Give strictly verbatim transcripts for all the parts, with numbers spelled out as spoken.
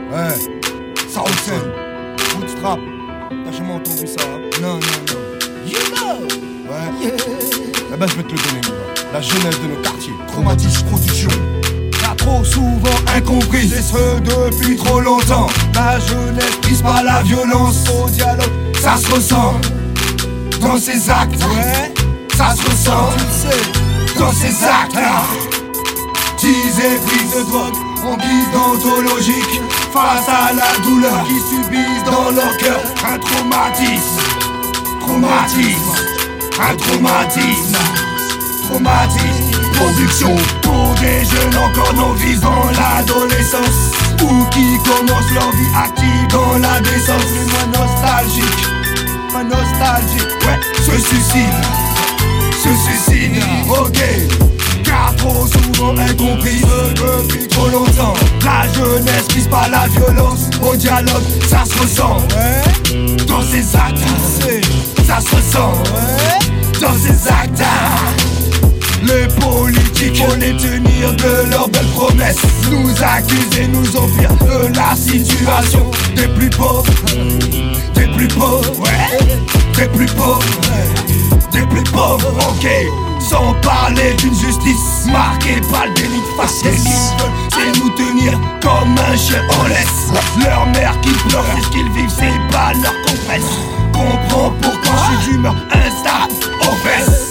Ouais, ça Roxane, Bootstrap, t'as jamais entendu ça hein? Non, non, non. You know. Ouais, yeah. Eh ben je vais te le donner, mon gars. La jeunesse de nos quartiers, Traumatisme Production. T'as trop souvent incomprise, et ce depuis trop longtemps. La jeunesse prise par la violence, au dialogue, ça se ressent dans ses actes, ouais. Ça se ressent, tu le sais, dans ses actes. Teasé, prise de drogue, en guise d'anthologique, face à la douleur qui subissent dans leur cœur un traumatisme, traumatisme, un traumatisme, traumatisme. Production pour des jeunes encore non vivant l'adolescence, ou qui commencent leur vie active dans la décence. Les moins nostalgiques, pas nostalgique, ouais, se suicide, se suicide, ok. Car trop souvent incomprise depuis trop longtemps. La jeunesse prise par la violence, au dialogue, ça se ressent, ouais. Dans ses actes, ça se ressent, ouais. Dans ses actes. Les politiques vont les tenir de leurs belles promesses, nous accuser, nous enfuir de la situation des plus pauvres, des plus pauvres, ouais, des plus pauvres, des plus pauvres, ok. Sans parler d'une justice marquée par le délit de faciès. Ce qu'ils veulent, c'est nous tenir comme un chien en laisse. Leur mère qui pleure, c'est ce qu'ils vivent, c'est pas leur compresse. Comprends pourquoi je suis d'humeur instable aux fesses.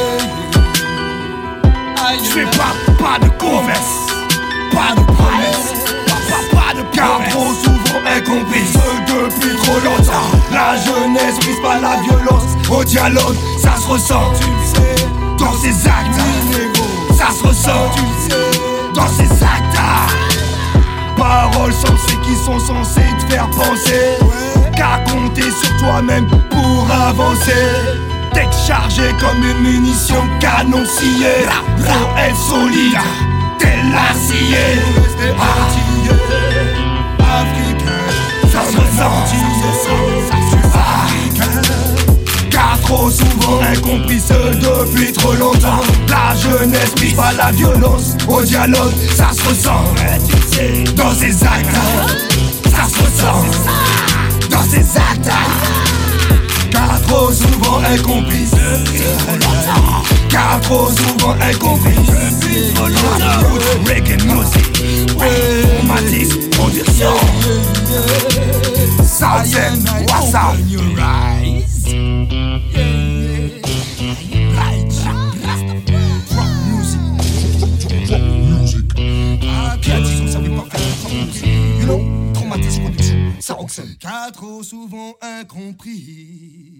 Je fais pas, pas de converse, pas de promesses, pas, pas, pas de car trop souvent incomprise depuis trop longtemps. La jeunesse prise par la violence, au dialogue, ça se ressent, tu le sais, dans ses actes, ça se ressent, tu le sais, dans ses actes. Paroles sensées qui sont censées te faire penser, qu'à compter sur toi-même pour avancer. Texte chargé comme une munition canon sciée, faut être solide, tel l'acier. Rester africain, ça se ressent, car trop souvent incomprise depuis trop longtemps. La jeunesse prise par la violence, au dialogue, ça se ressent dans ses actes, ça se ressent dans ses actes. Car trop souvent incomprise depuis trop longtemps. Car trop souvent incomprise depuis trop longtemps. Reggae music, traumatisme, production. Southern, what's up? You know, traumatisme, production. Ça Roxane. Car trop souvent incompris.